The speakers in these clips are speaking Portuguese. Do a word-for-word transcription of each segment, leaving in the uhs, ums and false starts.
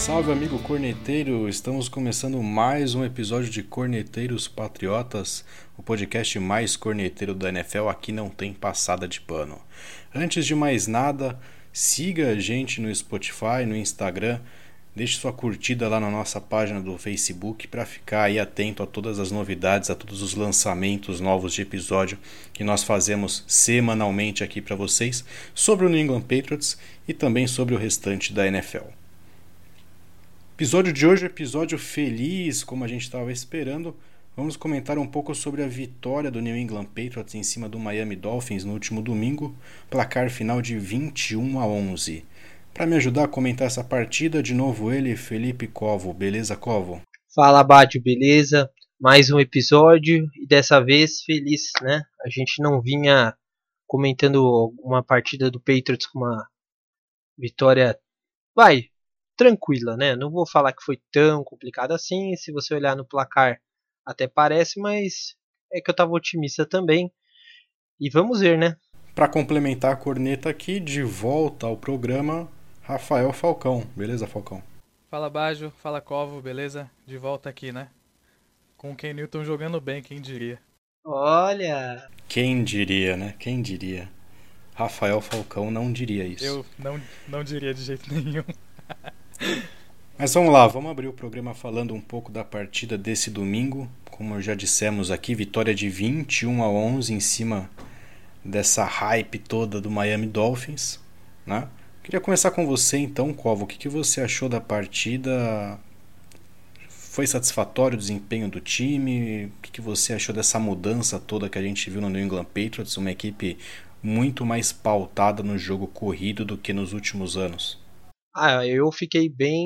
Salve amigo corneteiro, estamos começando mais um episódio de Corneteiros Patriotas, o podcast mais corneteiro da N F L, aqui não tem passada de pano. Antes de mais nada, siga a gente no Spotify, no Instagram, deixe sua curtida lá na nossa página do Facebook para ficar aí atento a todas as novidades, a todos os lançamentos novos de episódio que nós fazemos semanalmente aqui para vocês sobre o New England Patriots e também sobre o restante da N F L. O episódio de hoje é um episódio feliz, como a gente estava esperando. Vamos comentar um pouco sobre a vitória do New England Patriots em cima do Miami Dolphins no último domingo, placar final de vinte e um a onze. Para me ajudar a comentar essa partida, de novo ele, Felipe Covo. Beleza, Covo? Fala, Bádio, beleza? Mais um episódio e dessa vez feliz, né? A gente não vinha comentando uma partida do Patriots com uma vitória, vai, tranquila, né? Não vou falar que foi tão complicado assim, se você olhar no placar até parece, mas é que eu tava otimista também. E vamos ver, né? Para complementar a corneta aqui, de volta ao programa, Rafael Falcão. Beleza, Falcão? Fala, Bajo, fala, Covo, beleza? De volta aqui, né? Com o Ken Newton jogando bem, quem diria? Olha! Quem diria, né? Quem diria? Rafael Falcão não diria isso. Eu não, não diria de jeito nenhum. Mas vamos lá, vamos abrir o programa falando um pouco da partida desse domingo. Como já dissemos aqui, vitória de vinte e um a onze em cima dessa hype toda do Miami Dolphins, né? Queria começar com você então, Covo. O que, que você achou da partida? Foi satisfatório o desempenho do time? O que, que você achou dessa mudança toda que a gente viu no New England Patriots? Uma equipe muito mais pautada no jogo corrido do que nos últimos anos. Ah, eu fiquei bem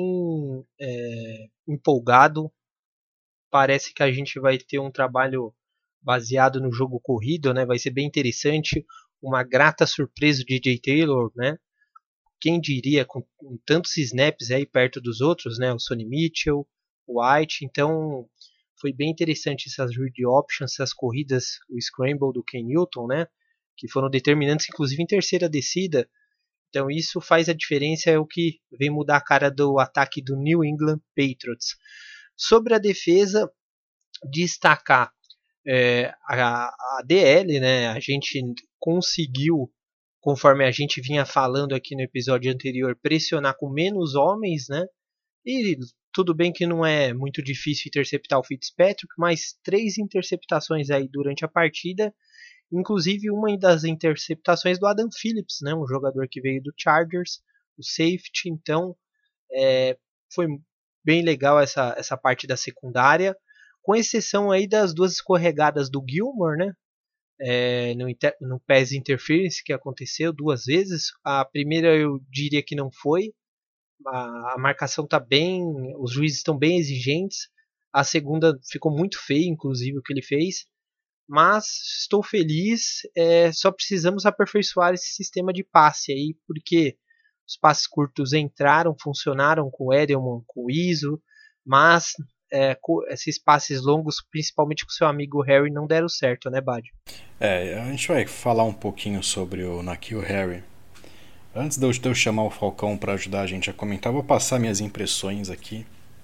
é, empolgado. Parece que a gente vai ter um trabalho baseado no jogo corrido, né? Vai ser bem interessante. Uma grata surpresa do D J Taylor, né? Quem diria, com, com tantos snaps aí perto dos outros, né? O Sonny Mitchell, o White. Então, foi bem interessante essas read options, essas corridas, o scramble do Ken Newton, né? Que foram determinantes, inclusive em terceira descida. Então isso faz a diferença, é o que vem mudar a cara do ataque do New England Patriots. Sobre a defesa, destacar é, a, a D L, né? A gente conseguiu, conforme a gente vinha falando aqui no episódio anterior, pressionar com menos homens, né? E tudo bem que não é muito difícil interceptar o Fitzpatrick, mas três interceptações aí durante a partida. Inclusive uma das interceptações do Adam Phillips, né, um jogador que veio do Chargers, o safety. Então é, foi bem legal essa, essa parte da secundária, com exceção aí das duas escorregadas do Gilmore, né, é, no, inter, no pass interference que aconteceu duas vezes. A primeira eu diria que não foi, a, a marcação está bem, os juízes estão bem exigentes. A segunda ficou muito feia, inclusive, o que ele fez. Mas estou feliz, é, só precisamos aperfeiçoar esse sistema de passe aí, porque os passes curtos entraram, funcionaram com o Edelman, com o Iso, mas é, com esses passes longos, principalmente com seu amigo Harry, não deram certo, né, Bad? É, a gente vai falar um pouquinho sobre o N'Keal Harry. Antes de eu chamar o Falcão para ajudar a gente a comentar, vou passar minhas impressões aqui.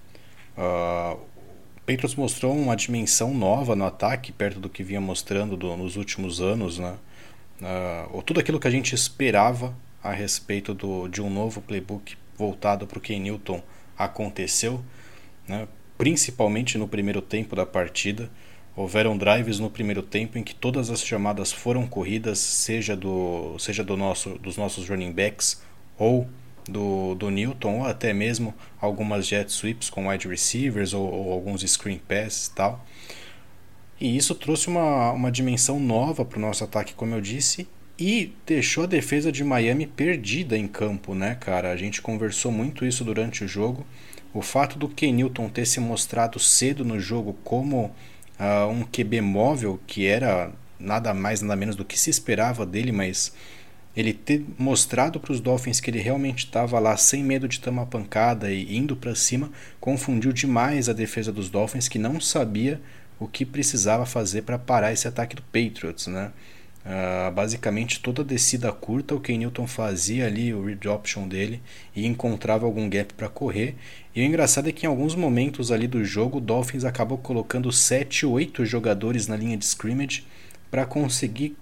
Uh, O Patriots mostrou uma dimensão nova no ataque, perto do que vinha mostrando do, nos últimos anos, né? Uh, tudo aquilo que a gente esperava a respeito do, de um novo playbook voltado para o Ken Newton aconteceu, né? Principalmente no primeiro tempo da partida. Houveram drives no primeiro tempo em que todas as chamadas foram corridas, seja, do, seja do nosso, dos nossos running backs ou Do, do Newton, ou até mesmo algumas jet sweeps com wide receivers ou, ou alguns screen passes e tal. E isso trouxe uma, uma dimensão nova para o nosso ataque, como eu disse, e deixou a defesa de Miami perdida em campo, né, cara? A gente conversou muito isso durante o jogo. O fato do Ken Newton ter se mostrado cedo no jogo como uh, um Q B móvel, que era nada mais nada menos do que se esperava dele, mas ele ter mostrado para os Dolphins que ele realmente estava lá sem medo de tomar pancada e indo para cima, confundiu demais a defesa dos Dolphins, que não sabia o que precisava fazer para parar esse ataque do Patriots, né? Uh, basicamente toda descida curta o Ken Newton fazia ali o read option dele e encontrava algum gap para correr. E o engraçado é que em alguns momentos ali do jogo o Dolphins acabou colocando sete, oito jogadores na linha de scrimmage para conseguir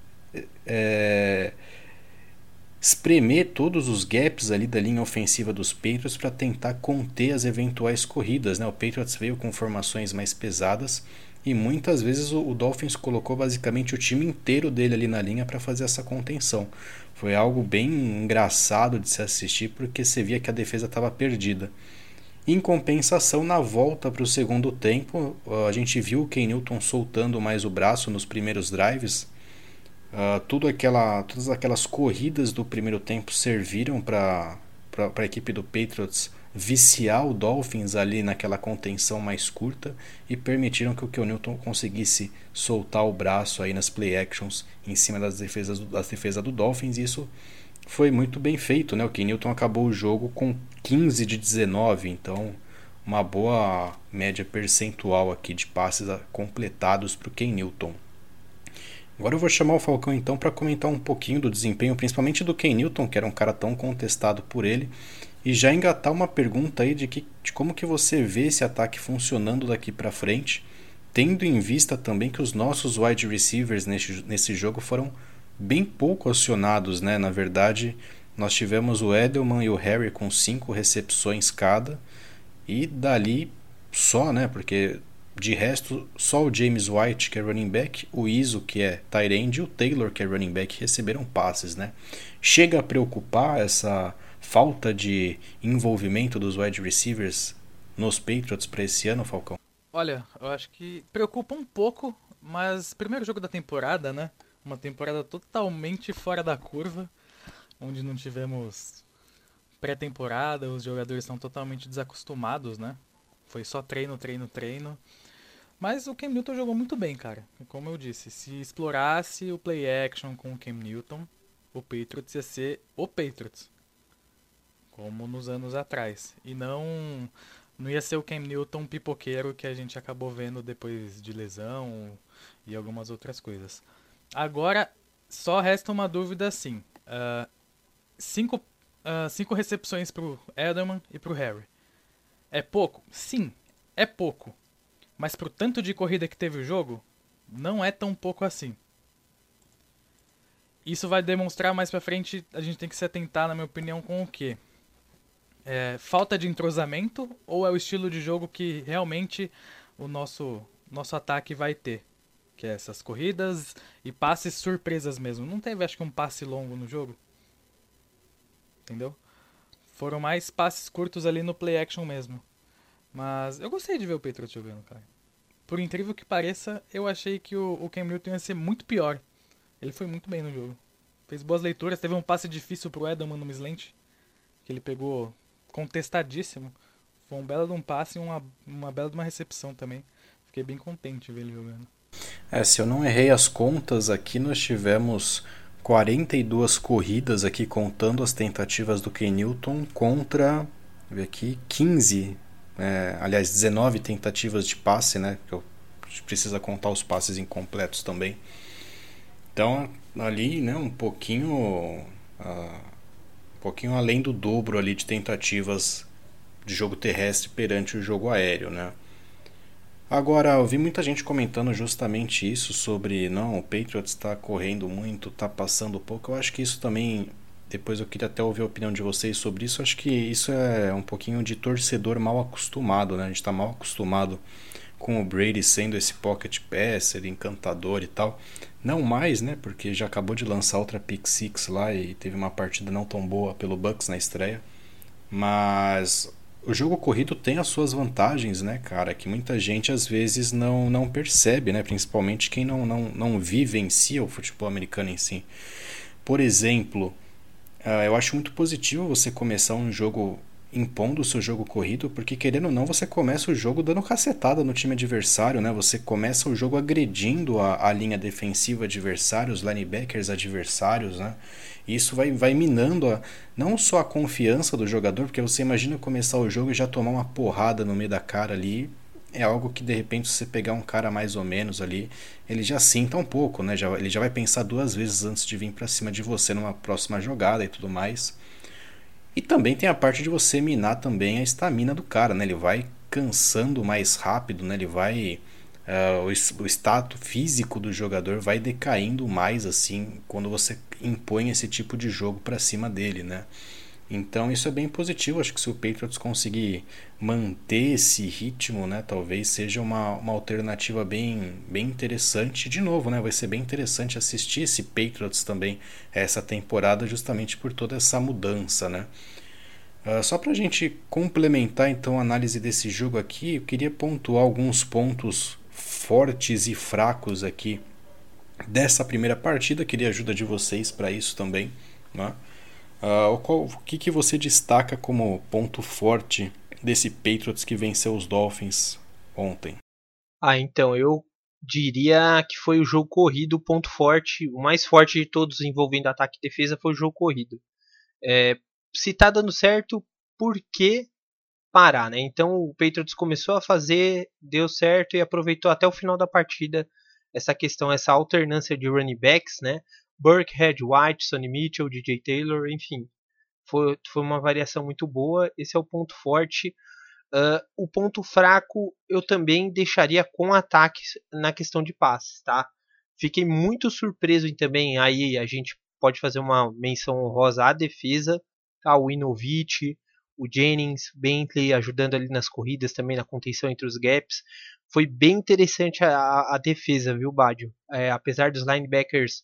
é, espremer todos os gaps ali da linha ofensiva dos Patriots para tentar conter as eventuais corridas, né? O Patriots veio com formações mais pesadas e muitas vezes o Dolphins colocou basicamente o time inteiro dele ali na linha para fazer essa contenção. Foi algo bem engraçado de se assistir porque você via que a defesa estava perdida. Em compensação, na volta para o segundo tempo, a gente viu o Ken Newton soltando mais o braço nos primeiros drives. Uh, tudo aquela, todas aquelas corridas do primeiro tempo serviram para a equipe do Patriots viciar o Dolphins ali naquela contenção mais curta e permitiram que o Ken Newton conseguisse soltar o braço aí nas play actions em cima das defesas do, das defesas do Dolphins, e isso foi muito bem feito, né? O Ken Newton acabou o jogo com quinze de dezenove, então uma boa média percentual aqui de passes completados para o Ken Newton. Agora eu vou chamar o Falcão então para comentar um pouquinho do desempenho, principalmente do Ken Newton, que era um cara tão contestado por ele, e já engatar uma pergunta aí de, que, de como que você vê esse ataque funcionando daqui para frente, tendo em vista também que os nossos wide receivers nesse, nesse jogo foram bem pouco acionados, né? Na verdade, nós tivemos o Edelman e o Harry com cinco recepções cada, e dali só, né? Porque de resto, só o James White, que é running back, o Izzo, que é tight end, e o Taylor, que é running back, receberam passes, né? Chega a preocupar essa falta de envolvimento dos wide receivers nos Patriots para esse ano, Falcão? Olha, eu acho que preocupa um pouco, mas primeiro jogo da temporada, né? Uma temporada totalmente fora da curva, onde não tivemos pré-temporada, os jogadores estão totalmente desacostumados, né? Foi só treino, treino, treino. Mas o Cam Newton jogou muito bem, cara. Como eu disse, se explorasse o play action com o Cam Newton, o Patriots ia ser o Patriots. Como nos anos atrás. E não, não ia ser o Cam Newton pipoqueiro que a gente acabou vendo depois de lesão e algumas outras coisas. Agora, só resta uma dúvida assim. Uh, cinco, uh, cinco recepções pro Edelman e pro Harry. É pouco? Sim, é pouco. Mas pro tanto de corrida que teve o jogo, não é tão pouco assim. Isso vai demonstrar mais pra frente, a gente tem que se atentar, na minha opinião, com o quê? É, falta de entrosamento ou é o estilo de jogo que realmente o nosso, nosso ataque vai ter? Que é essas corridas e passes surpresas mesmo. Não teve, acho que, um passe longo no jogo. Entendeu? Foram mais passes curtos ali no play action mesmo. Mas eu gostei de ver o Patriots jogando, cara. Por incrível que pareça, eu achei que o, o Cam Newton ia ser muito pior. Ele foi muito bem no jogo. Fez boas leituras, teve um passe difícil pro Edelman no slant, que ele pegou contestadíssimo. Foi um belo de um passe e uma, uma bela de uma recepção também. Fiquei bem contente de ver ele jogando. É, se eu não errei as contas, aqui nós tivemos quarenta e duas corridas aqui, contando as tentativas do Ken Newton, contra, ver aqui, quinze, é, aliás, dezenove tentativas de passe, né? Que eu, a gente precisa contar os passes incompletos também. Então, ali, né, um pouquinho, uh, um pouquinho além do dobro ali de tentativas de jogo terrestre perante o jogo aéreo, né? Agora, eu vi muita gente comentando justamente isso, sobre, não, o Patriots está correndo muito, está passando pouco. Eu acho que isso também, depois eu queria até ouvir a opinião de vocês sobre isso, acho que isso é um pouquinho de torcedor mal acostumado, né? A gente está mal acostumado com o Brady sendo esse pocket passer, encantador e tal. Não mais, né? Porque já acabou de lançar outra pick six lá e teve uma partida não tão boa pelo Bucks na estreia. Mas o jogo corrido tem as suas vantagens, né, cara? Que muita gente às vezes não, não percebe, né? Principalmente quem não, não, não vivencia o futebol americano em si. Por exemplo, uh, eu acho muito positivo você começar um jogo impondo o seu jogo corrido, porque querendo ou não, você começa o jogo dando cacetada no time adversário, né? Você começa o jogo agredindo a, a linha defensiva adversária, os linebackers adversários, né? E isso vai, vai minando a, não só a confiança do jogador, porque você imagina começar o jogo e já tomar uma porrada no meio da cara ali, é algo que de repente se você pegar um cara mais ou menos ali, ele já sinta um pouco, né? Já, ele já vai pensar duas vezes antes de vir para cima de você numa próxima jogada e tudo mais. E também tem a parte de você minar também a estamina do cara, né? Ele vai cansando mais rápido, né? Ele vai uh, o, o status físico do jogador vai decaindo mais assim quando você impõe esse tipo de jogo para cima dele, né? Então isso é bem positivo. Acho que se o Patriots conseguir manter esse ritmo, né, talvez seja uma, uma alternativa bem, bem interessante. De novo, né, vai ser bem interessante assistir esse Patriots também essa temporada, justamente por toda essa mudança, né. Uh, só para a gente complementar então a análise desse jogo aqui, eu queria pontuar alguns pontos fortes e fracos aqui dessa primeira partida. Queria a ajuda de vocês para isso também, né? Uh, qual, o que, que você destaca como ponto forte desse Patriots que venceu os Dolphins ontem? Ah, então, eu diria que foi o jogo corrido o ponto forte, o mais forte de todos envolvendo ataque e defesa foi o jogo corrido. É, se tá dando certo, por que parar, né? Então o Patriots começou a fazer, deu certo e aproveitou até o final da partida essa questão, essa alternância de running backs, né? Burkhead, White, Sonny Mitchell, D J Taylor, enfim, foi, foi uma variação muito boa. Esse é o ponto forte. Uh, o ponto fraco eu também deixaria com ataques na questão de passes, tá? Fiquei muito surpreso em também, aí a gente pode fazer uma menção honrosa à defesa, tá? O Winovich, o Jennings, Bentley ajudando ali nas corridas também, na contenção entre os gaps. Foi bem interessante a, a defesa, viu, Badio? É, apesar dos linebackers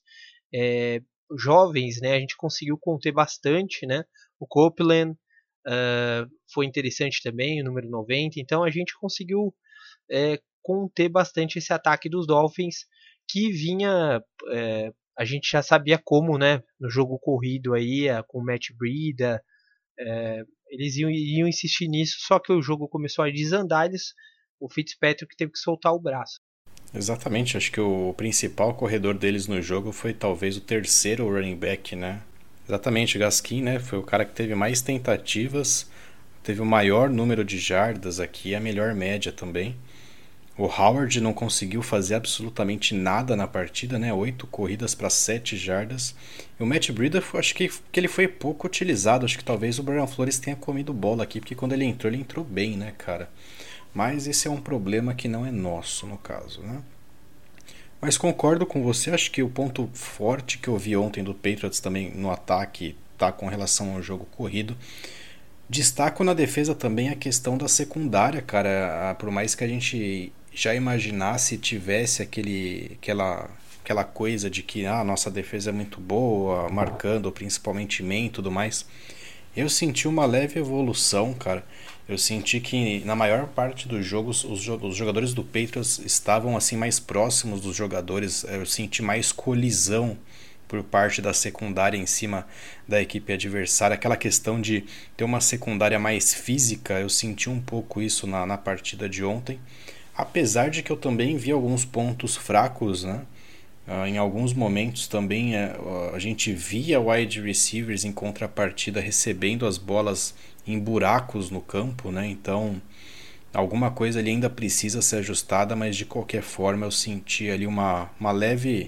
é, jovens, né, a gente conseguiu conter bastante, né? O Copeland uh, foi interessante também, o número noventa. Então a gente conseguiu é, conter bastante esse ataque dos Dolphins, que vinha, é, a gente já sabia como, né, no jogo corrido aí, com o Matt Breida, é, eles iam, iam insistir nisso, só que o jogo começou a desandar, eles, o Fitzpatrick teve que soltar o braço. Exatamente, acho que o principal corredor deles no jogo foi talvez o terceiro running back, né? Exatamente, o Gaskin, né, foi o cara que teve mais tentativas, teve o maior número de jardas aqui, a melhor média também. O Howard não conseguiu fazer absolutamente nada na partida, né? Oito corridas para sete jardas. E o Matt Breida, acho que, que ele foi pouco utilizado. Acho que talvez o Brian Flores tenha comido bola aqui, porque quando ele entrou, ele entrou bem, né, cara? Mas esse é um problema que não é nosso, no caso, né? Mas concordo com você, acho que o ponto forte que eu vi ontem do Patriots também no ataque tá com relação ao jogo corrido. Destaco na defesa também a questão da secundária, cara. Por mais que a gente já imaginasse, tivesse aquele, aquela, aquela coisa de que a ah, nossa defesa é muito boa, marcando principalmente man e tudo mais, eu senti uma leve evolução, cara. Eu senti que na maior parte dos jogos os, os jogadores do Patriots estavam assim mais próximos dos jogadores. Eu senti mais colisão por parte da secundária em cima da equipe adversária. Aquela questão de ter uma secundária mais física, eu senti um pouco isso na, na partida de ontem. Apesar de que eu também vi alguns pontos fracos, né? Uh, em alguns momentos também uh, a gente via wide receivers em contrapartida recebendo as bolas em buracos no campo, né? Então alguma coisa ali ainda precisa ser ajustada, mas de qualquer forma eu senti ali uma, uma leve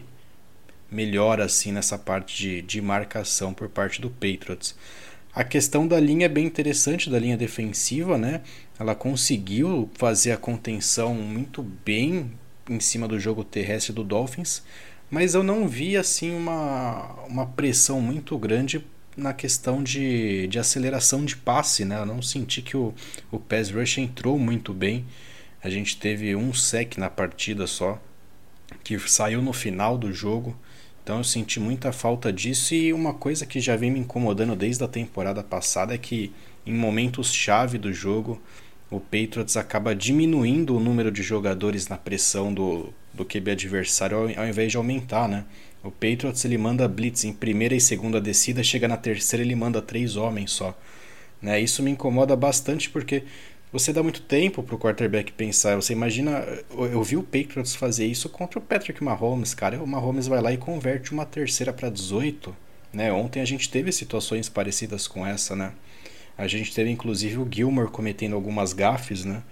melhora assim nessa parte de, de marcação por parte do Patriots. A questão da linha é bem interessante, da linha defensiva, né? Ela conseguiu fazer a contenção muito bem em cima do jogo terrestre do Dolphins, mas eu não vi assim uma, uma pressão muito grande na questão de, de aceleração de passe, né? Eu não senti que o, o pass rush entrou muito bem. A gente teve um sec na partida só, que saiu no final do jogo. Então eu senti muita falta disso. E uma coisa que já vem me incomodando desde a temporada passada é que em momentos chave do jogo o Patriots acaba diminuindo o número de jogadores na pressão do, do Q B adversário ao, ao invés de aumentar, né? O Patriots ele manda blitz em primeira e segunda descida, chega na terceira ele manda três homens só, né? Isso me incomoda bastante porque você dá muito tempo pro quarterback pensar. Você imagina, eu vi o Patriots fazer isso contra o Patrick Mahomes, cara. O Mahomes vai lá e converte uma terceira para dezoito, né? Ontem a gente teve situações parecidas com essa, né? A gente teve inclusive o Gilmore cometendo algumas gafes, né?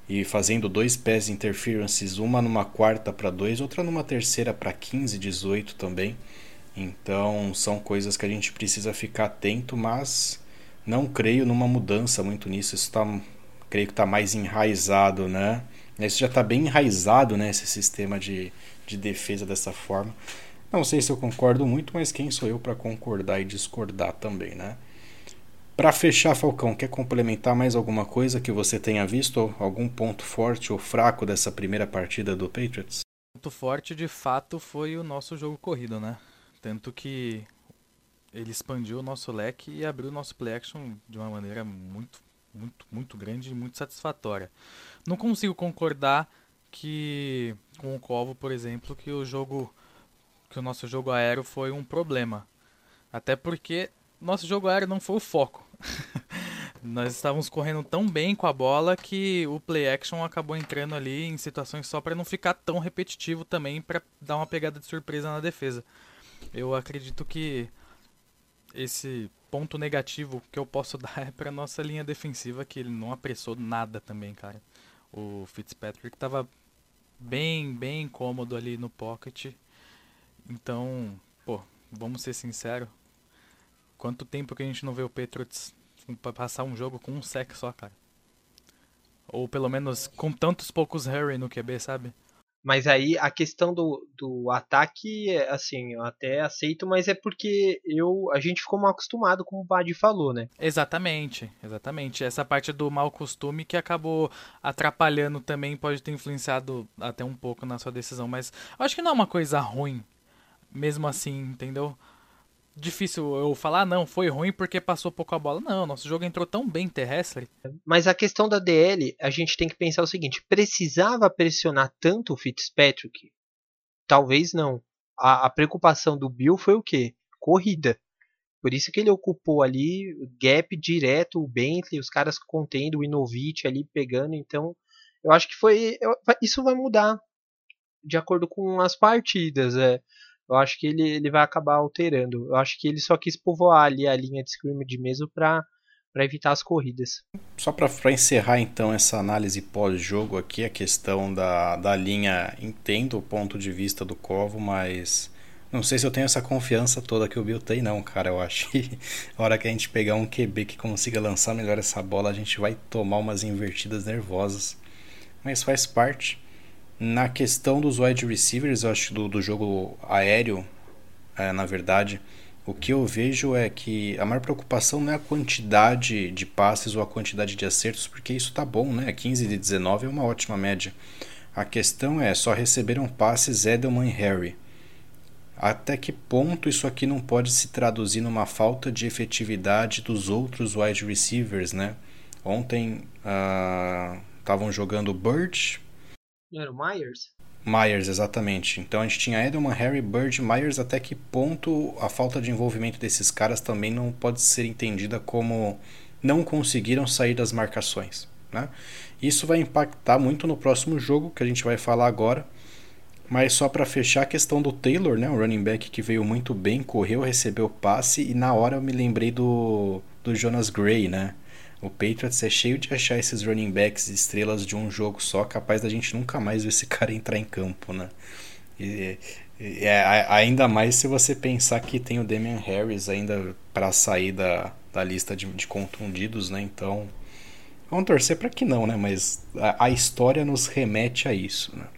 e fazendo dois pass interferences, uma numa quarta para dois, outra numa terceira para quinze, dezoito também. Então são coisas que a gente precisa ficar atento, mas não creio numa mudança muito nisso. Isso tá, creio que está mais enraizado, né? Isso já está bem enraizado, né, esse sistema de, de defesa dessa forma. Não sei se eu concordo muito, mas quem sou eu para concordar e discordar também, né? Para fechar, Falcão, quer complementar mais alguma coisa que você tenha visto? Algum ponto forte ou fraco dessa primeira partida do Patriots? O ponto forte, de fato, foi o nosso jogo corrido, né? Tanto que ele expandiu o nosso leque e abriu o nosso play action de uma maneira muito, muito, muito grande e muito satisfatória. Não consigo concordar que com o Corvo, por exemplo, que o jogo, que o nosso jogo aéreo foi um problema. Até porque nosso jogo aéreo não foi o foco. Nós estávamos correndo tão bem com a bola que o play action acabou entrando ali em situações só para não ficar tão repetitivo também, para dar uma pegada de surpresa na defesa. Eu acredito que esse ponto negativo que eu posso dar é para nossa linha defensiva, que ele não apressou nada também, cara. O Fitzpatrick estava bem, bem incômodo ali no pocket. Então, pô, vamos ser sinceros. Quanto tempo que a gente não vê o Patriots passar um jogo com um sec só, cara? Ou pelo menos com tantos poucos hurry no Q B, sabe? Mas aí a questão do, do ataque, assim, eu até aceito, mas é porque eu, a gente ficou mal acostumado, como o Badi falou, né? Exatamente, exatamente. Essa parte do mau costume que acabou atrapalhando também pode ter influenciado até um pouco na sua decisão, mas acho que não é uma coisa ruim, mesmo assim, entendeu? Difícil eu falar, ah, não, foi ruim porque passou pouco a bola. Não, nosso jogo entrou tão bem terrestre. Mas a questão da D L, a gente tem que pensar o seguinte, precisava pressionar tanto o Fitzpatrick? Talvez não. A, a preocupação do Bill foi o quê? Corrida. Por isso que ele ocupou ali gap direto, o Bentley, os caras contendo, o Inovich ali pegando. Então, eu acho que foi. Eu, isso vai mudar de acordo com as partidas. É. Eu acho que ele, ele vai acabar alterando. Eu acho que ele só quis povoar ali a linha de scrimmage mesmo para para evitar as corridas. Só para encerrar então essa análise pós-jogo aqui, a questão da, da linha, entendo o ponto de vista do Corvo, mas não sei se eu tenho essa confiança toda que o Bill tem não, cara. Eu acho que a hora que a gente pegar um Q B que consiga lançar melhor essa bola, a gente vai tomar umas invertidas nervosas. Mas faz parte. Na questão dos wide receivers, eu acho do, do jogo aéreo, é, na verdade, o que eu vejo é que a maior preocupação não é a quantidade de passes ou a quantidade de acertos, porque isso tá bom, né? quinze de dezenove é uma ótima média. A questão é, só receberam passes Edelman e Harry. Até que ponto isso aqui não pode se traduzir numa falta de efetividade dos outros wide receivers, né? Ontem estavam uh, jogando Bird. Era o Myers? Myers, exatamente. Então a gente tinha Edelman, Harry, Bird, Myers. Até que ponto a falta de envolvimento desses caras também não pode ser entendida como não conseguiram sair das marcações, né? Isso vai impactar muito no próximo jogo, que a gente vai falar agora. Mas só para fechar a questão do Taylor, né? O running back que veio muito bem, correu, recebeu o passe. E na hora eu me lembrei do, do Jonas Gray, né? O Patriots é cheio de achar esses running backs estrelas de um jogo só, capaz da gente nunca mais ver esse cara entrar em campo, né? E, e, é, ainda mais se você pensar que tem o Damian Harris ainda para sair da, da lista de, de contundidos, né? Então, vamos torcer para que não, né? Mas a, a história nos remete a isso, né?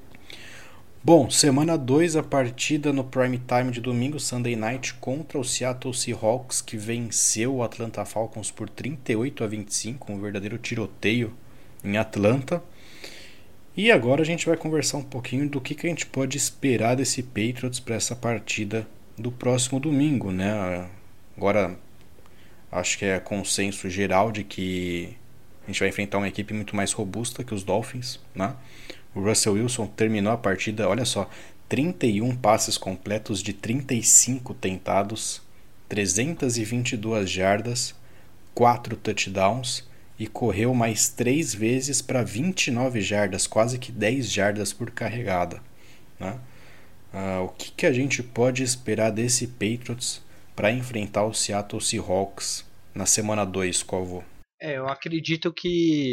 Bom, semana dois, a partida no prime time de domingo, Sunday Night, contra o Seattle Seahawks, que venceu o Atlanta Falcons por trinta e oito a vinte e cinco, um verdadeiro tiroteio em Atlanta. E agora a gente vai conversar um pouquinho do que, que a gente pode esperar desse Patriots para essa partida do próximo domingo, né? Agora, acho que é consenso geral de que a gente vai enfrentar uma equipe muito mais robusta que os Dolphins, né? O Russell Wilson terminou a partida, olha só, trinta e um passes completos de trinta e cinco tentados, trezentas e vinte e duas jardas, quatro touchdowns e correu mais três vezes para vinte e nove jardas, quase que dez jardas por carregada, né? Ah, o que, que a gente pode esperar desse Patriots para enfrentar o Seattle Seahawks na semana dois, Corvo? É, eu acredito que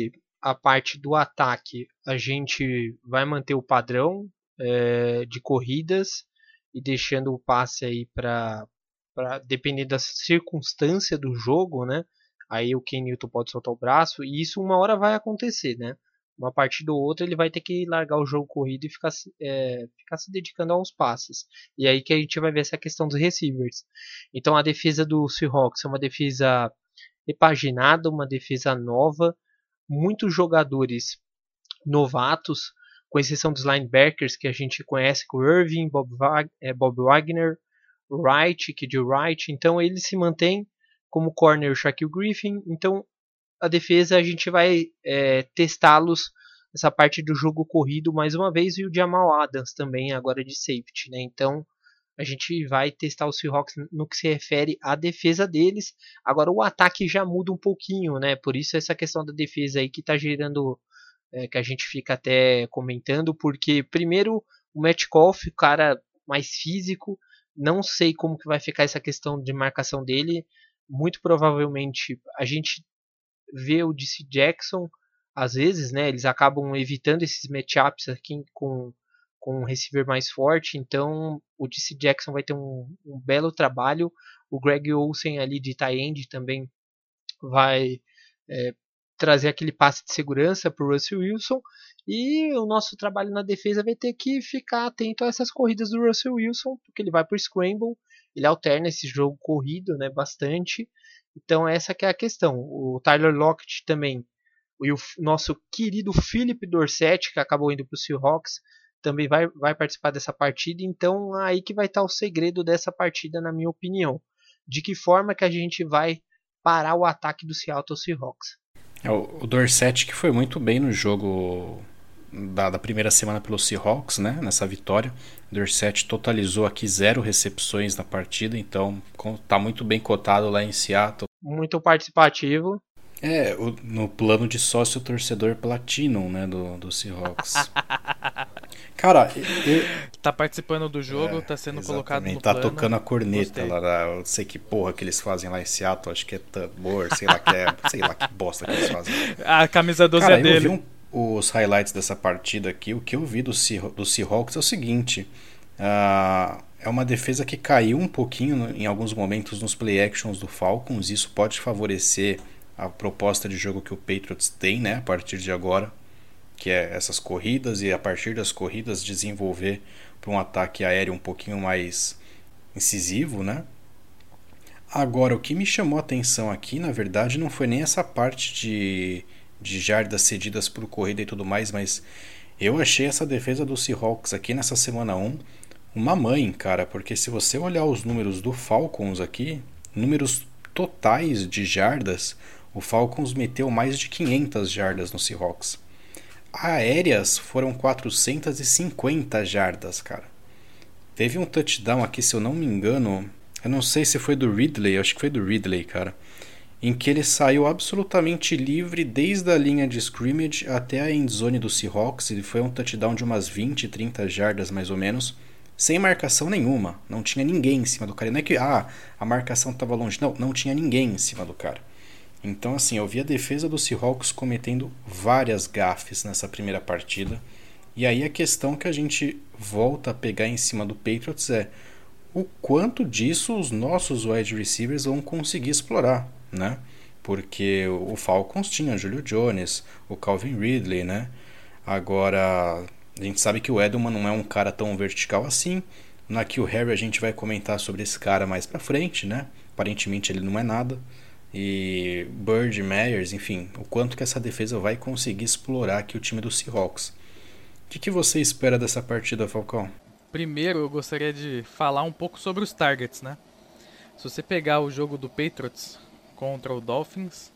a parte do ataque, a gente vai manter o padrão é, de corridas e deixando o passe aí para dependendo da circunstância do jogo, né? Aí o Ken Newton pode soltar o braço e isso uma hora vai acontecer, né? Uma partida ou outra ele vai ter que largar o jogo corrido e ficar, é, ficar se dedicando aos passes. E aí que a gente vai ver essa questão dos receivers. Então a defesa do Seahawks é uma defesa repaginada, uma defesa nova, muitos jogadores novatos, com exceção dos linebackers que a gente conhece, com Irving, Bob, Wag é, Bob Wagner, Wright, Kid Wright. Então ele se mantém como corner o Shaquille Griffin. Então a defesa a gente vai é, testá-los nessa parte do jogo corrido mais uma vez, e o Jamal Adams também agora de safety, né? Então a gente vai testar os Seahawks no que se refere à defesa deles. Agora o ataque já muda um pouquinho, né? Por isso essa questão da defesa aí que está gerando, é, que a gente fica até comentando, porque primeiro o Metcalf, o cara mais físico, não sei como que vai ficar essa questão de marcação dele. Muito provavelmente a gente vê o D C Jackson, às vezes, né, eles acabam evitando esses matchups aqui com, com um receiver mais forte, então o D C Jackson vai ter um, um belo trabalho, o Greg Olsen ali de tight end também vai é, trazer aquele passe de segurança para o Russell Wilson, e o nosso trabalho na defesa vai ter que ficar atento a essas corridas do Russell Wilson, porque ele vai para o scramble, ele alterna esse jogo corrido, né, bastante. Então essa que é a questão. O Tyler Lockett também, e o nosso querido Philip Dorsett, que acabou indo para o Seahawks, também vai, vai participar dessa partida. Então aí que vai estar o segredo dessa partida, na minha opinião. De que forma que a gente vai parar o ataque do Seattle Seahawks. É, o Dorsett que foi muito bem no jogo da, da primeira semana pelo Seahawks, né, nessa vitória. O Dorsett totalizou aqui zero recepções na partida, então está muito bem cotado lá em Seattle. Muito participativo. É, o, no plano de sócio torcedor Platinum, né, do, do Seahawks. Cara, eu, tá participando do jogo, é, tá sendo colocado no tá plano. Tá tocando a corneta lá, lá, eu sei que porra que eles fazem lá em Seattle, acho que é tambor, sei lá que é, sei lá que bosta que eles fazem. A camisa doze Cara, é dele. Eu vi um, os highlights dessa partida aqui, o que eu vi do, do Seahawks é o seguinte, uh, é uma defesa que caiu um pouquinho em alguns momentos nos play actions do Falcons, isso pode favorecer a proposta de jogo que o Patriots tem, né, a partir de agora, que é essas corridas, e a partir das corridas desenvolver para um ataque aéreo um pouquinho mais incisivo, né? Agora, o que me chamou a atenção aqui, na verdade, não foi nem essa parte de, de jardas cedidas por corrida e tudo mais, mas eu achei essa defesa do Seahawks aqui nessa semana um uma mãe, cara, porque se você olhar os números do Falcons aqui, números totais de jardas, o Falcons meteu mais de quinhentas jardas no Seahawks. Aéreas foram quatrocentas e cinquenta jardas, cara. Teve um touchdown aqui, se eu não me engano, eu não sei se foi do Ridley, acho que foi do Ridley, cara, em que ele saiu absolutamente livre desde a linha de scrimmage até a endzone do Seahawks. Ele foi um touchdown de umas vinte, trinta jardas mais ou menos, sem marcação nenhuma. Não tinha ninguém em cima do cara. Não é que ah, a marcação estava longe, não, não tinha ninguém em cima do cara. Então, assim, eu vi a defesa do Seahawks cometendo várias gafes nessa primeira partida. E aí a questão que a gente volta a pegar em cima do Patriots é o quanto disso os nossos wide receivers vão conseguir explorar, né? Porque o Falcons tinha o Julio Jones, o Calvin Ridley, né? Agora, a gente sabe que o Edelman não é um cara tão vertical assim. Na Kill Harry a gente vai comentar sobre esse cara mais pra frente, né? Aparentemente ele não é nada. E Bird, Myers, enfim, o quanto que essa defesa vai conseguir explorar aqui o time do Seahawks. O que, que você espera dessa partida, Falcão? Primeiro eu gostaria de falar um pouco sobre os targets, né? Se você pegar o jogo do Patriots contra o Dolphins,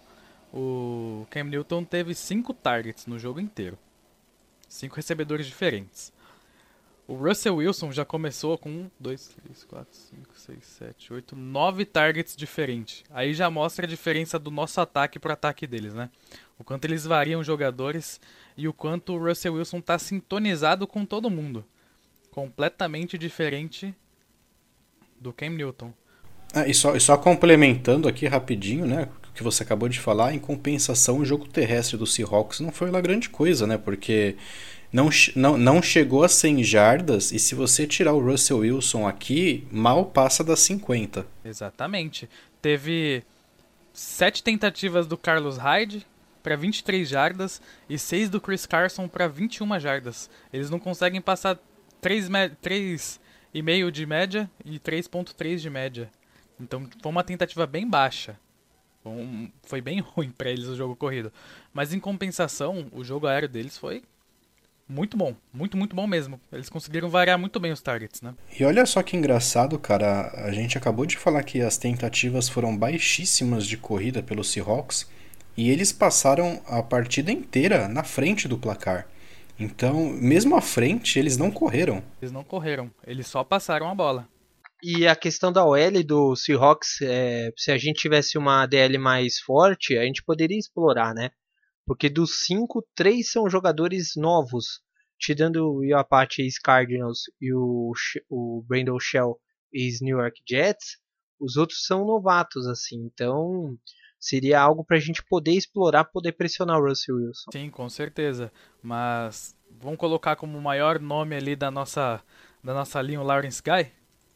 o Cam Newton teve cinco targets no jogo inteiro. Cinco recebedores diferentes. O Russell Wilson já começou com um, dois, três, quatro, cinco, seis, sete, oito, nove targets diferentes. Aí já mostra a diferença do nosso ataque pro ataque deles, né? O quanto eles variam os jogadores e o quanto o Russell Wilson está sintonizado com todo mundo. Completamente diferente do Cam Newton. Ah, e, só, e só complementando aqui rapidinho, né? que você acabou de falar. Em compensação, o jogo terrestre do Seahawks não foi lá grande coisa, né? Porque não, não, não chegou a cem jardas, e se você tirar o Russell Wilson aqui, mal passa das cinquenta. Exatamente. Teve sete tentativas do Carlos Hyde para vinte e três jardas e seis do Chris Carson para vinte e uma jardas. Eles não conseguem passar três vírgula cinco de média e três vírgula três de média. Então foi uma tentativa bem baixa. Foi bem ruim para eles o jogo corrido. Mas em compensação, o jogo aéreo deles foi muito bom. Muito, muito bom mesmo. Eles conseguiram variar muito bem os targets, né? E olha só que engraçado, cara. A gente acabou de falar que as tentativas foram baixíssimas de corrida pelos Seahawks. E eles passaram a partida inteira na frente do placar. Então, mesmo à frente, eles não correram. Eles não correram, eles só passaram a bola. E a questão da O L do Seahawks, é, se a gente tivesse uma D L mais forte, a gente poderia explorar, né? Porque dos cinco, três são jogadores novos. Tirando o Apache Cardinals e o, o Brandon Shell ex-New York Jets, os outros são novatos, assim. Então, seria algo para a gente poder explorar, poder pressionar o Russell Wilson. Sim, com certeza. Mas vamos colocar como o maior nome ali da nossa, da nossa linha o Lawrence Guy?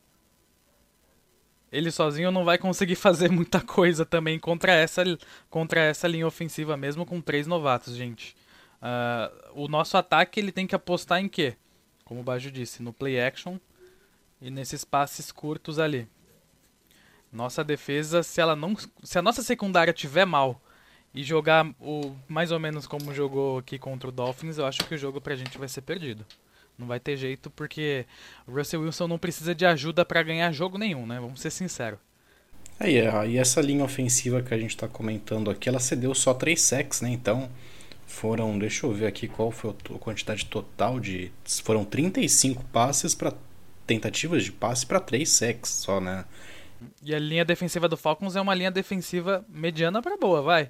Ele sozinho não vai conseguir fazer muita coisa também contra essa, contra essa linha ofensiva, mesmo com três novatos, gente. Uh, o nosso ataque ele tem que apostar em quê? Como o Bajo disse, no play action e nesses passes curtos ali. Nossa defesa, se ela não, se a nossa secundária tiver mal e jogar o, mais ou menos como jogou aqui contra o Dolphins, eu acho que o jogo pra gente vai ser perdido. Não vai ter jeito, porque o Russell Wilson não precisa de ajuda para ganhar jogo nenhum, né? Vamos ser sinceros. É, e essa linha ofensiva que a gente tá comentando aqui, ela cedeu só três sacks, né? Então, foram, deixa eu ver aqui qual foi a quantidade total de... Foram trinta e cinco passes para tentativas de passe para três sacks só, né? E a linha defensiva do Falcons é uma linha defensiva mediana para boa, vai.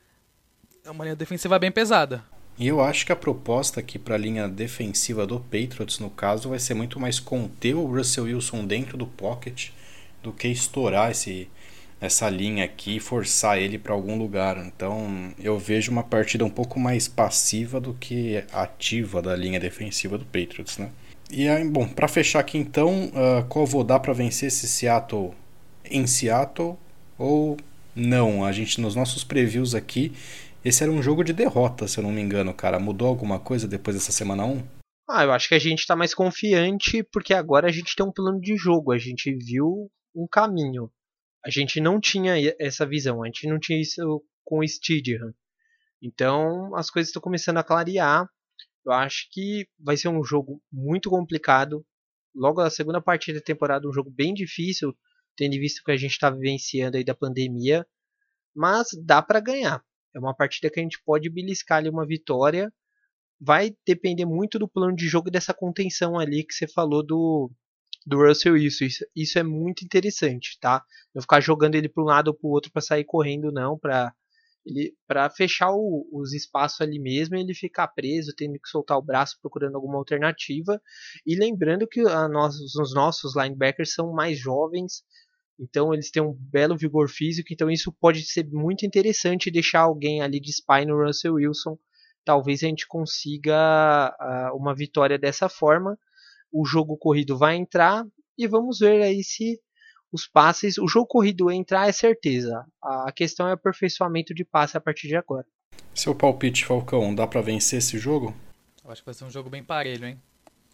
É uma linha defensiva bem pesada. E eu acho que a proposta aqui para a linha defensiva do Patriots, no caso, vai ser muito mais conter o Russell Wilson dentro do pocket do que estourar esse, essa linha aqui e forçar ele para algum lugar. Então eu vejo uma partida um pouco mais passiva do que ativa da linha defensiva do Patriots, né? E aí, bom, para fechar aqui então, uh, qual vou dar para vencer esse Seattle em Seattle ou não? A gente, nos nossos previews aqui, esse era um jogo de derrota, se eu não me engano, cara. Mudou alguma coisa depois dessa semana um? Ah, eu acho que a gente tá mais confiante porque agora a gente tem um plano de jogo, a gente viu um caminho. A gente não tinha essa visão, a gente não tinha isso com o Stidham. Então as coisas estão começando a clarear. Eu acho que vai ser um jogo muito complicado. Logo a segunda partida da temporada, um jogo bem difícil, tendo visto que a gente está vivenciando aí da pandemia. Mas dá para ganhar. É uma partida que a gente pode beliscar ali uma vitória. Vai depender muito do plano de jogo e dessa contenção ali que você falou do, do Russell Wilson. Isso, isso é muito interessante, tá? Não ficar jogando ele para um lado ou para o outro para sair correndo, não. Para ele, para fechar o, os espaços ali mesmo e ele ficar preso, tendo que soltar o braço procurando alguma alternativa. E lembrando que a nós, os nossos linebackers são mais jovens. Então eles têm um belo vigor físico, então isso pode ser muito interessante deixar alguém ali de spy no Russell Wilson. Talvez a gente consiga uh, uma vitória dessa forma. O jogo corrido vai entrar e vamos ver aí se os passes... O jogo corrido entrar é certeza. A questão é o aperfeiçoamento de passe a partir de agora. Seu palpite, Falcão, dá pra vencer esse jogo? Eu acho que vai ser um jogo bem parelho, hein?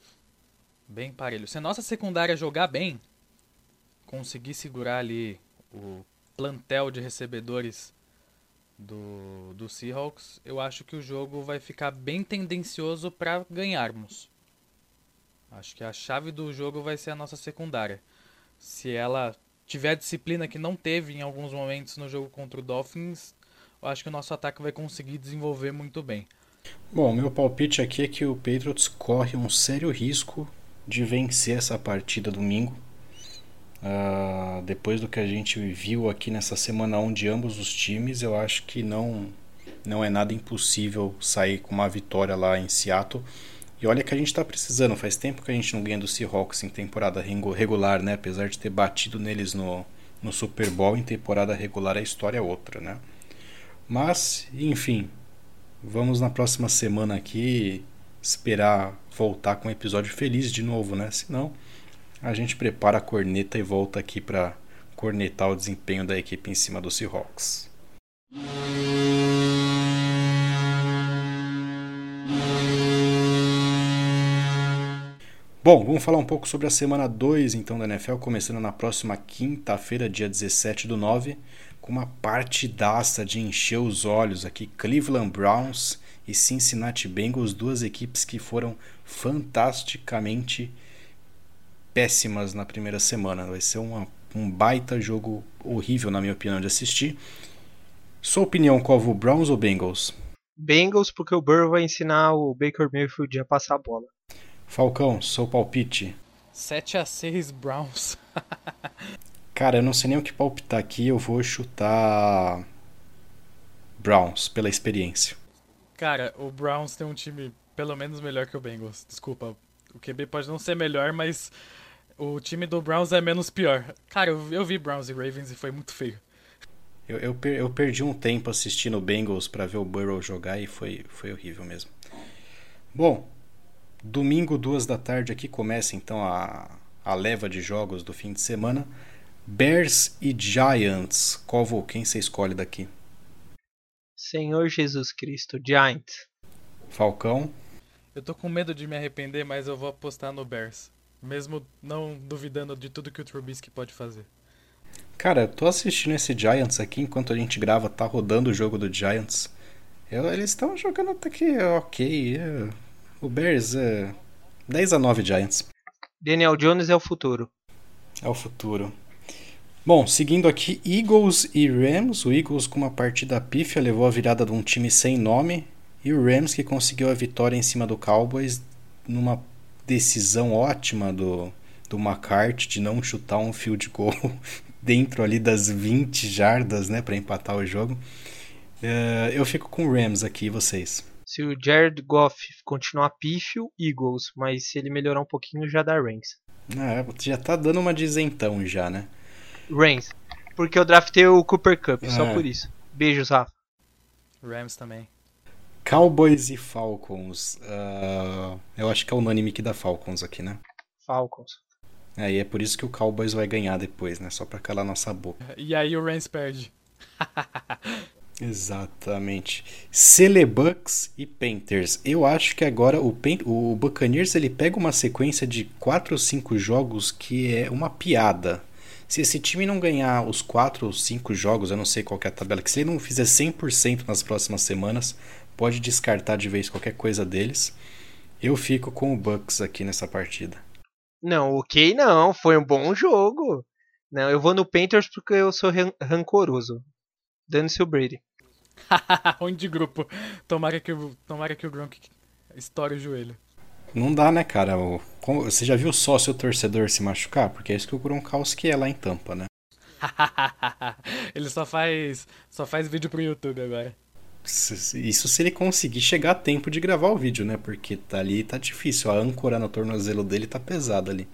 Bem parelho. Se a nossa secundária jogar bem, conseguir segurar ali o plantel de recebedores do, do Seahawks, eu acho que o jogo vai ficar bem tendencioso para ganharmos. Acho que a chave do jogo vai ser a nossa secundária. Se ela tiver a disciplina que não teve em alguns momentos no jogo contra o Dolphins, eu acho que o nosso ataque vai conseguir desenvolver muito bem. Bom, meu palpite aqui é que o Patriots corre um sério risco de vencer essa partida domingo. Uh, depois do que a gente viu aqui nessa semana um de ambos os times, eu acho que não, não é nada impossível sair com uma vitória lá em Seattle. E olha que a gente está precisando, faz tempo que a gente não ganha do Seahawks em temporada regular, né? Apesar de ter batido neles no, No Super Bowl, em temporada regular, a história é outra, né? Mas, enfim, vamos na próxima semana aqui esperar voltar com um episódio feliz de novo, né? Senão, a gente prepara a corneta e volta aqui para cornetar o desempenho da equipe em cima do Seahawks. Bom, vamos falar um pouco sobre a semana dois então da N F L, começando na próxima quinta-feira, dia dezessete do nove, com uma partidaça de encher os olhos aqui, Cleveland Browns e Cincinnati Bengals, duas equipes que foram fantasticamente péssimas na primeira semana. Vai ser uma, um baita jogo horrível, na minha opinião, de assistir. Sua opinião, Covo, Browns ou Bengals? Bengals, porque o Burrow vai ensinar o Baker Mayfield a passar a bola. Falcão, seu palpite? sete a seis Browns. Cara, eu não sei nem o que palpitar aqui, eu vou chutar Browns, pela experiência. Cara, o Browns tem um time pelo menos melhor que o Bengals. Desculpa, o Q B pode não ser melhor, mas o time do Browns é menos pior. Cara, eu, eu vi Browns e Ravens e foi muito feio. Eu, eu, per, eu perdi um tempo assistindo o Bengals pra ver o Burrow jogar e foi, foi horrível mesmo. Bom, domingo, duas da tarde, aqui começa então a, a leva de jogos do fim de semana. Bears e Giants. Covo, quem você escolhe daqui? Senhor Jesus Cristo, Giants. Falcão? Eu tô com medo de me arrepender, mas eu vou apostar no Bears. Mesmo não duvidando de tudo que o Trubisky pode fazer. Cara, eu tô assistindo esse Giants aqui enquanto a gente grava, tá rodando o jogo do Giants. Eu, eles estão jogando até que ok. É, o Bears é dez a nove Giants. Daniel Jones é o futuro. É o futuro. Bom, seguindo aqui, Eagles e Rams. O Eagles com uma partida pífia levou a virada de um time sem nome. E o Rams que conseguiu a vitória em cima do Cowboys numa decisão ótima do, do McCarthy de não chutar um field goal dentro ali das vinte jardas, né, para empatar o jogo. Uh, eu fico com o Rams aqui, e vocês? Se o Jared Goff continuar pífio, Eagles. Mas se ele melhorar um pouquinho, já dá Rams. Ah, já tá dando uma dizentão já, né? Rams. Porque eu draftei o Cooper Kupp, ah. só por isso. Beijos, Rafa. Rams também. Cowboys e Falcons. Uh, eu acho que é unânime que dá Falcons aqui, né? Falcons. É, e é por isso que o Cowboys vai ganhar depois, né? Só pra calar nossa boca. E aí o Rams perde. Exatamente. Celebucks e Panthers. Eu acho que agora o, Pan- o Buccaneers ele pega uma sequência de quatro ou cinco jogos que é uma piada. Se esse time não ganhar os quatro ou cinco jogos, eu não sei qual que é a tabela, que se ele não fizer cem por cento nas próximas semanas, pode descartar de vez qualquer coisa deles. Eu fico com o Bucks aqui nessa partida. Não, ok não, foi um bom jogo. Não, eu vou no Panthers porque eu sou ran- rancoroso. Dane-se o Brady. Ruim de grupo. Tomara que, o, tomara que o Gronk estoure o joelho. Não dá, né, cara? O, como- você já viu o sócio torcedor se machucar? Porque é isso que o Gronkowski é lá em Tampa, né? Ele só faz, só faz vídeo pro YouTube agora. Se- Isso se ele conseguir chegar a tempo de gravar o vídeo, né? Porque tá ali, tá difícil. A âncora no tornozelo dele tá pesada ali.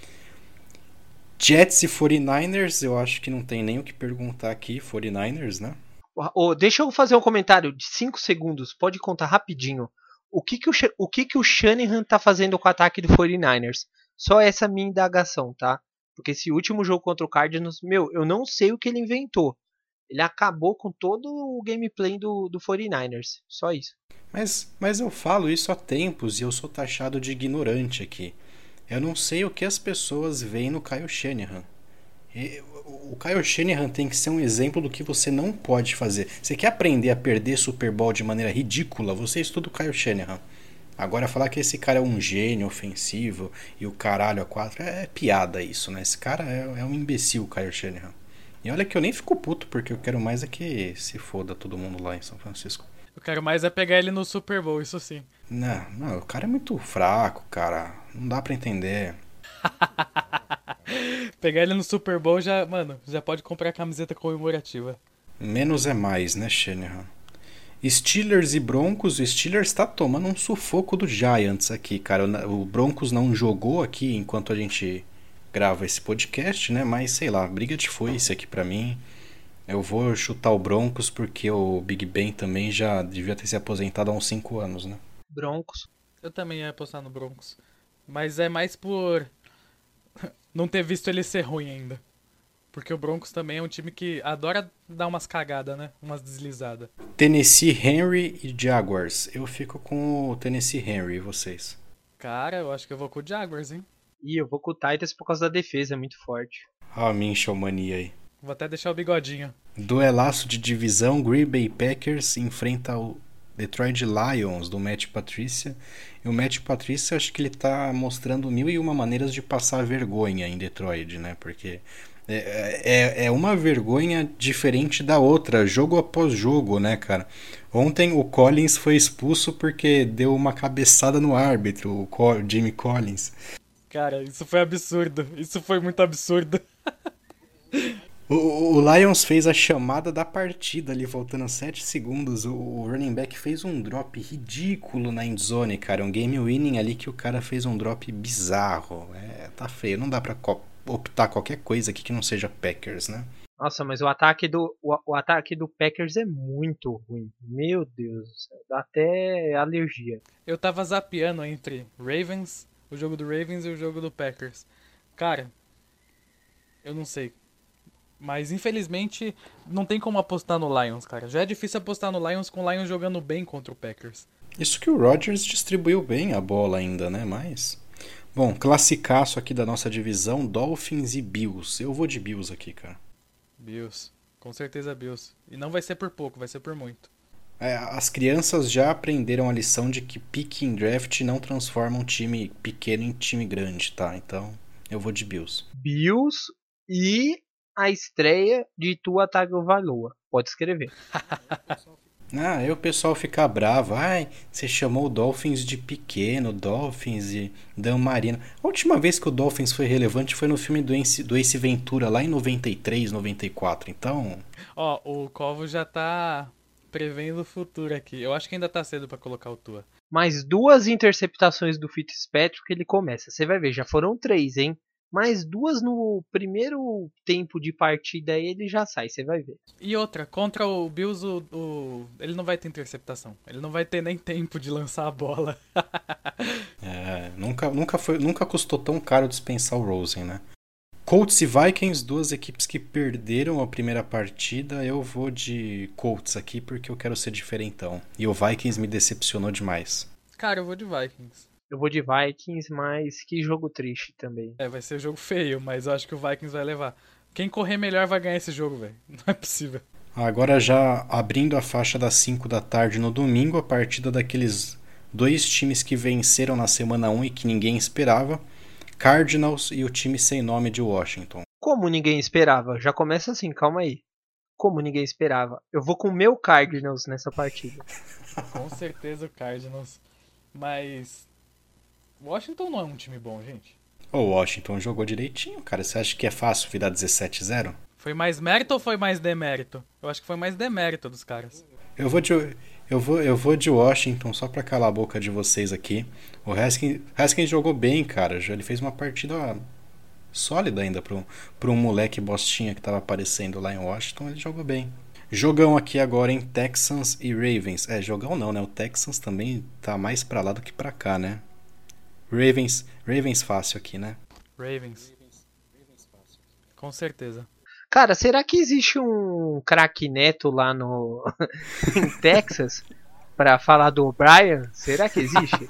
Jets e forty-niners, eu acho que não tem nem o que perguntar aqui. forty-niners, né? Oh, deixa eu fazer um comentário de cinco segundos. Pode contar rapidinho. O que, que, o, Sha- o, que, que o Shanahan tá fazendo com o ataque do forty-niners? Só essa minha indagação, tá? Porque esse último jogo contra o Cardinals, meu, eu não sei o que ele inventou. Ele acabou com todo o gameplay do, do forty-niners. Só isso. Mas, mas eu falo isso há tempos e eu sou taxado de ignorante aqui. Eu não sei o que as pessoas veem no Kyle Shanahan. E o Kyle Shanahan tem que ser um exemplo do que você não pode fazer. Você quer aprender a perder Super Bowl de maneira ridícula? Você estuda o Kyle Shanahan. Agora falar que esse cara é um gênio ofensivo e o caralho a quatro é, é piada isso, né? Esse cara é, é um imbecil, o Kyle Shanahan. E olha que eu nem fico puto, porque eu quero mais é que se foda todo mundo lá em São Francisco. Eu quero mais é pegar ele no Super Bowl, isso sim. Não, não, o cara é muito fraco, cara. Não dá pra entender. Pegar ele no Super Bowl já, mano, já pode comprar a camiseta comemorativa. Menos é mais, né, Shanahan? Steelers e Broncos. O Steelers tá tomando um sufoco do Giants aqui, cara. O Broncos não jogou aqui enquanto a gente grava esse podcast, né? Mas sei lá, briga de foice aqui pra mim. Eu vou chutar o Broncos porque o Big Ben também já devia ter se aposentado há uns cinco anos, né? Broncos. Eu também ia apostar no Broncos. Mas é mais por não ter visto ele ser ruim ainda. Porque o Broncos também é um time que adora dar umas cagadas, né? Umas deslizadas. Tennessee Henry e Jaguars. Eu fico com o Tennessee Henry, e vocês? Cara, eu acho que eu vou com o Jaguars, hein? E eu vou com o Titans por causa da defesa, é muito forte. Ah, a Minchel mania aí. Vou até deixar o bigodinho. Duelaço de divisão, Green Bay Packers enfrenta o Detroit Lions do Matt Patricia. E o Matt Patricia, acho que ele tá mostrando mil e uma maneiras de passar vergonha em Detroit, né? Porque é, é, é uma vergonha diferente da outra, jogo após jogo, né, cara? Ontem o Collins foi expulso porque deu uma cabeçada no árbitro, o Co- Jimmy Collins. Cara, isso foi absurdo. Isso foi muito absurdo. O, o Lions fez a chamada da partida ali, faltando sete segundos. O, o running back fez um drop ridículo na endzone, cara. Um game winning ali que o cara fez um drop bizarro. É, tá feio. Não dá pra co- optar qualquer coisa aqui que não seja Packers, né? Nossa, mas o ataque do o, o ataque do Packers é muito ruim. Meu Deus do céu, dá até alergia. Eu tava zapeando entre Ravens, o jogo do Ravens e o jogo do Packers. Cara, eu não sei. Mas infelizmente não tem como apostar no Lions, cara. Já é difícil apostar no Lions com o Lions jogando bem contra o Packers. Isso que o Rodgers distribuiu bem a bola ainda, né? Mas... Bom, classicaço aqui da nossa divisão, Dolphins e Bills. Eu vou de Bills aqui, cara. Bills. Com certeza Bills. E não vai ser por pouco, vai ser por muito. É, as crianças já aprenderam a lição de que pick em draft não transforma um time pequeno em time grande, tá? Então, eu vou de Bills. Bills e a estreia de Tua Tagovailoa. Pode escrever. Ah, aí o pessoal fica bravo. Ai, você chamou o Dolphins de pequeno, Dolphins e Dan Marino. A última vez que o Dolphins foi relevante foi no filme do Ace, do Ace Ventura, lá em noventa e três, noventa e quatro. Então, Ó, o Covo já tá prevendo o futuro aqui. Eu acho que ainda tá cedo pra colocar o Tua. Mais duas interceptações do Fitzpatrick ele começa. Você vai ver, já foram três, hein? Mais duas no primeiro tempo de partida aí ele já sai, você vai ver. E outra, contra o Bills, o, o- ele não vai ter interceptação. Ele não vai ter nem tempo de lançar a bola. é, nunca, nunca, foi, nunca custou tão caro dispensar o Rosen, né? Colts e Vikings, duas equipes que perderam a primeira partida. Eu vou de Colts aqui porque eu quero ser diferentão. E o Vikings me decepcionou demais. Cara, eu vou de Vikings. Eu vou de Vikings, mas que jogo triste também. É, vai ser jogo feio, mas eu acho que o Vikings vai levar. Quem correr melhor vai ganhar esse jogo, velho. Não é possível. Agora já abrindo a faixa das cinco da tarde no domingo, a partida daqueles dois times que venceram na semana um e que ninguém esperava. Cardinals e o time sem nome de Washington. Como ninguém esperava? Já começa assim, calma aí. Como ninguém esperava? Eu vou com o meu Cardinals nessa partida. Com certeza o Cardinals. Mas Washington não é um time bom, gente. O Washington jogou direitinho, cara. Você acha que é fácil virar dezessete a zero? Foi mais mérito ou foi mais demérito? Eu acho que foi mais demérito dos caras. Eu vou de, eu vou, eu vou de Washington só pra calar a boca de vocês aqui. O Haskins, Haskins jogou bem, cara. Já ele fez uma partida sólida ainda pra um, pra um moleque bostinha que tava aparecendo lá em Washington. Ele jogou bem. Jogão aqui agora em Texans e Ravens. É, jogão não, né? O Texans também tá mais pra lá do que pra cá, né? Ravens, Ravens fácil aqui, né? Ravens. Com certeza. Cara, será que existe um craque Neto lá no em Texas pra falar do O'Brien? Será que existe?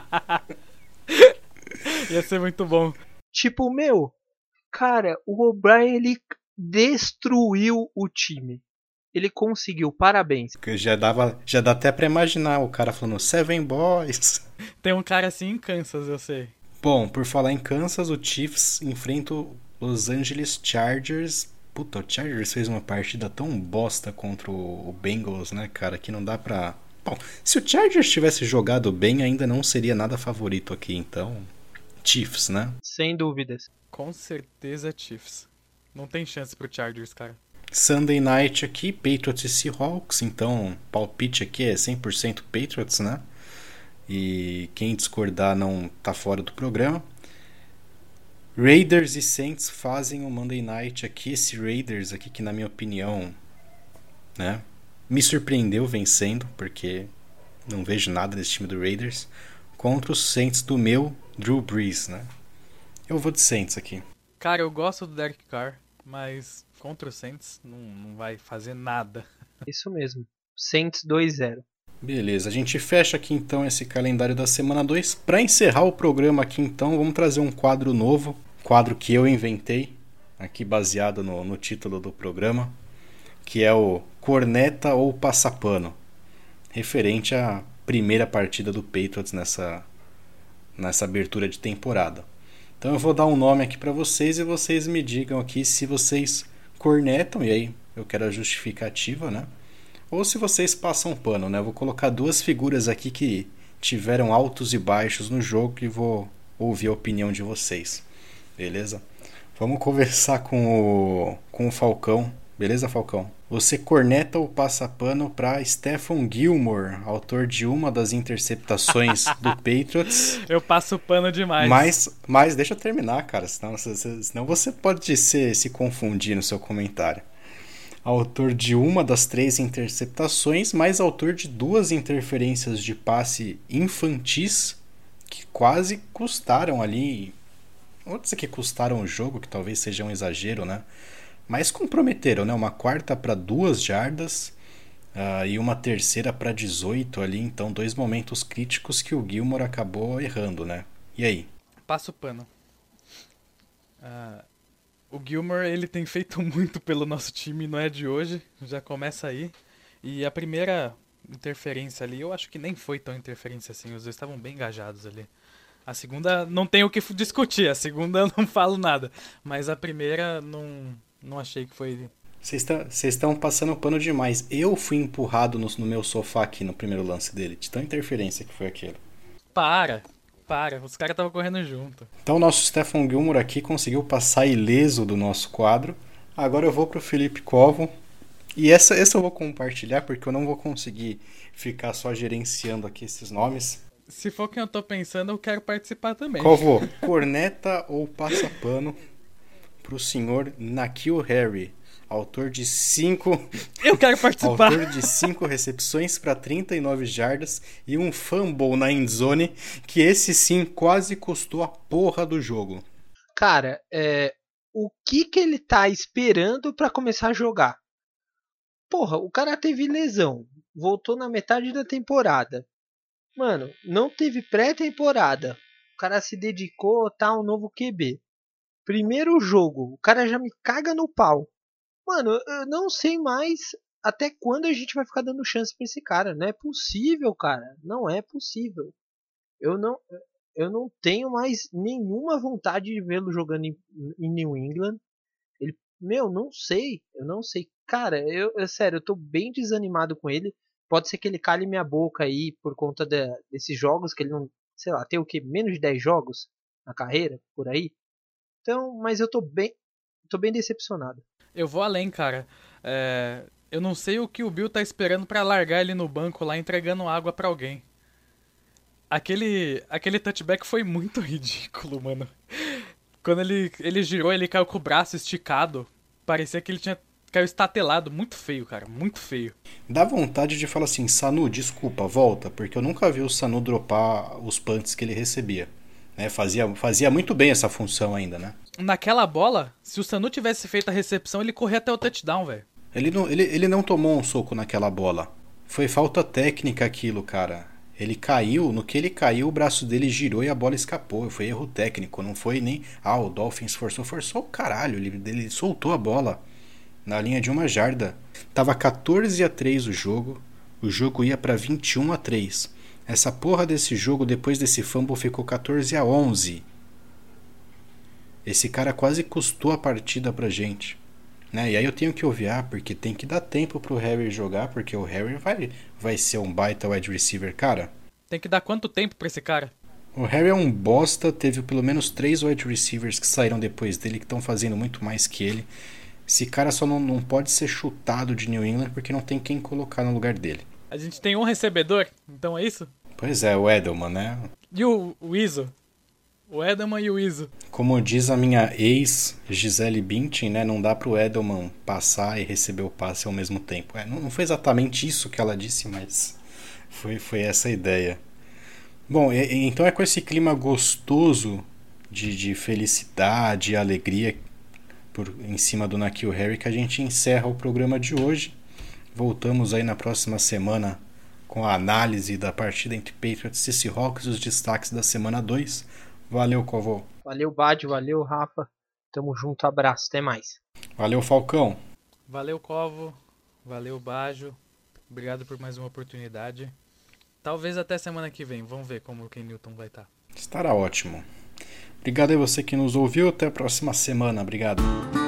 Ia ser muito bom. Tipo, meu, cara, o O'Brien ele destruiu o time. Ele conseguiu, parabéns. Porque já dava, já dá até pra imaginar o cara falando Seven Boys. Tem um cara assim em Kansas, eu sei. Bom, por falar em Kansas, o Chiefs enfrenta o Los Angeles Chargers. Puta, o Chargers fez uma partida tão bosta contra o Bengals, né, cara, que não dá pra... Bom, se o Chargers tivesse jogado bem, ainda não seria nada favorito aqui, então... Chiefs, né? Sem dúvidas. Com certeza Chiefs. Não tem chance pro Chargers, cara. Sunday Night aqui, Patriots e Seahawks, então palpite aqui é cem por cento Patriots, né? E quem discordar não tá fora do programa. Raiders e Saints fazem um Monday Night aqui. Esse Raiders aqui que, na minha opinião, né, me surpreendeu vencendo, porque não vejo nada desse time do Raiders, contra os Saints do meu Drew Brees, né? Eu vou de Saints aqui. Cara, eu gosto do Derek Carr, mas contra o Saints não, não vai fazer nada. Isso mesmo. Saints dois a zero. Beleza, a gente fecha aqui então esse calendário da semana dois. Para encerrar o programa aqui então, vamos trazer um quadro novo, quadro que eu inventei, aqui baseado no, no título do programa, que é o Corneta ou Passapano, referente à primeira partida do Patriots nessa, nessa abertura de temporada. Então eu vou dar um nome aqui para vocês e vocês me digam aqui se vocês cornetam, e aí eu quero a justificativa, né? Ou se vocês passam pano, né? Eu vou colocar duas figuras aqui que tiveram altos e baixos no jogo e vou ouvir a opinião de vocês. Beleza? Vamos conversar com o, com o Falcão. Beleza, Falcão? Você corneta ou passa pano para Stephon Gilmore, autor de uma das interceptações do Patriots. Eu passo pano demais. Mas, mas deixa eu terminar, cara. Senão, senão você pode se, se confundir no seu comentário. Autor de uma das três interceptações, mas autor de duas interferências de passe infantis que quase custaram ali. Não vou dizer que custaram o jogo, que talvez seja um exagero, né? Mas comprometeram, né? Uma quarta para duas jardas uh, e uma terceira para dezoito ali. Então, dois momentos críticos que o Gilmore acabou errando, né? E aí? Passo pano. Uh... O Gilmore, ele tem feito muito pelo nosso time, não é de hoje, já começa aí. E a primeira interferência ali, eu acho que nem foi tão interferência assim, os dois estavam bem engajados ali. A segunda, não tem o que discutir, a segunda eu não falo nada. Mas a primeira, não, não achei que foi... Vocês estão passando pano demais. Eu fui empurrado no, no meu sofá aqui no primeiro lance dele, de tão interferência que foi aquilo. Para! Para, os caras estavam correndo junto. Então o nosso Stephon Gilmore aqui conseguiu passar ileso do nosso quadro. Agora eu vou pro Felipe Covo. E essa, essa eu vou compartilhar porque eu não vou conseguir ficar só gerenciando aqui esses nomes. Se for quem eu tô pensando, eu quero participar também. Covo, corneta ou passapano pro senhor N'Keal Harry, autor de cinco... Eu quero participar. Autor de cinco recepções para trinta e nove jardas e um fumble na endzone, que esse sim quase custou a porra do jogo. Cara, é, o que que ele tá esperando para começar a jogar? Porra, o cara teve lesão, voltou na metade da temporada. Mano, não teve pré-temporada. O cara se dedicou a tá um novo Q B. Primeiro jogo, o cara já me caga no pau. Mano, eu não sei mais até quando a gente vai ficar dando chance pra esse cara. Não é possível, cara. Não é possível. Eu não, eu não tenho mais nenhuma vontade de vê-lo jogando em, em New England. Ele, meu, não sei. Eu não sei. Cara, eu, eu sério, eu tô bem desanimado com ele. Pode ser que ele cale minha boca aí por conta de, desses jogos que ele não... Sei lá, tem o que? Menos de dez jogos na carreira, por aí. Então, mas eu tô bem, tô bem decepcionado. Eu vou além, cara. É, eu não sei o que o Bill tá esperando pra largar ele no banco lá entregando água pra alguém. Aquele, aquele touchback foi muito ridículo, mano. Quando ele, ele girou, ele caiu com o braço esticado. Parecia que ele tinha caiu estatelado. Muito feio, cara. Muito feio. Dá vontade de falar assim, Sanu, desculpa, volta. Porque eu nunca vi o Sanu dropar os punts que ele recebia. É, fazia, fazia muito bem essa função ainda, né? Naquela bola, se o Sanu tivesse feito a recepção, ele corria até o touchdown, velho. Ele não, ele, ele não tomou um soco naquela bola. Foi falta técnica aquilo, cara. Ele caiu, no que ele caiu, o braço dele girou e a bola escapou. Foi erro técnico, não foi nem... Ah, o Dolphins forçou, forçou o caralho. Ele, ele soltou a bola na linha de uma jarda. Tava quatorze a três o jogo. O jogo ia pra vinte e um a três. Essa porra desse jogo, depois desse fumble, ficou quatorze a onze. Esse cara quase custou a partida pra gente. Né? E aí eu tenho que obviar, porque tem que dar tempo pro Harry jogar, porque o Harry vai, vai ser um baita wide receiver, cara. Tem que dar quanto tempo pra esse cara? O Harry é um bosta, teve pelo menos três wide receivers que saíram depois dele, que estão fazendo muito mais que ele. Esse cara só não, não pode ser chutado de New England, porque não tem quem colocar no lugar dele. A gente tem um recebedor, então é isso? Pois é, o Edelman, né? E o, o Izzo? O Edelman e o Izzo. Como diz a minha ex, Gisele Bündchen, né? Não dá pro Edelman passar e receber o passe ao mesmo tempo. É, não foi exatamente isso que ela disse, mas foi, foi essa a ideia. Bom, e, então é com esse clima gostoso de, de felicidade e alegria por, em cima do N'Keal Harry que a gente encerra o programa de hoje. Voltamos aí na próxima semana com a análise da partida entre Patriots e Seahawks e os destaques da semana dois. Valeu, Covô. Valeu, Bad, valeu, Rafa. Tamo junto, abraço, até mais. Valeu, Falcão. Valeu, Covo. Valeu, Bajo. Obrigado por mais uma oportunidade. Talvez até semana que vem. Vamos ver como o Ken Newton vai estar. Estará ótimo. Obrigado a você que nos ouviu. Até a próxima semana. Obrigado.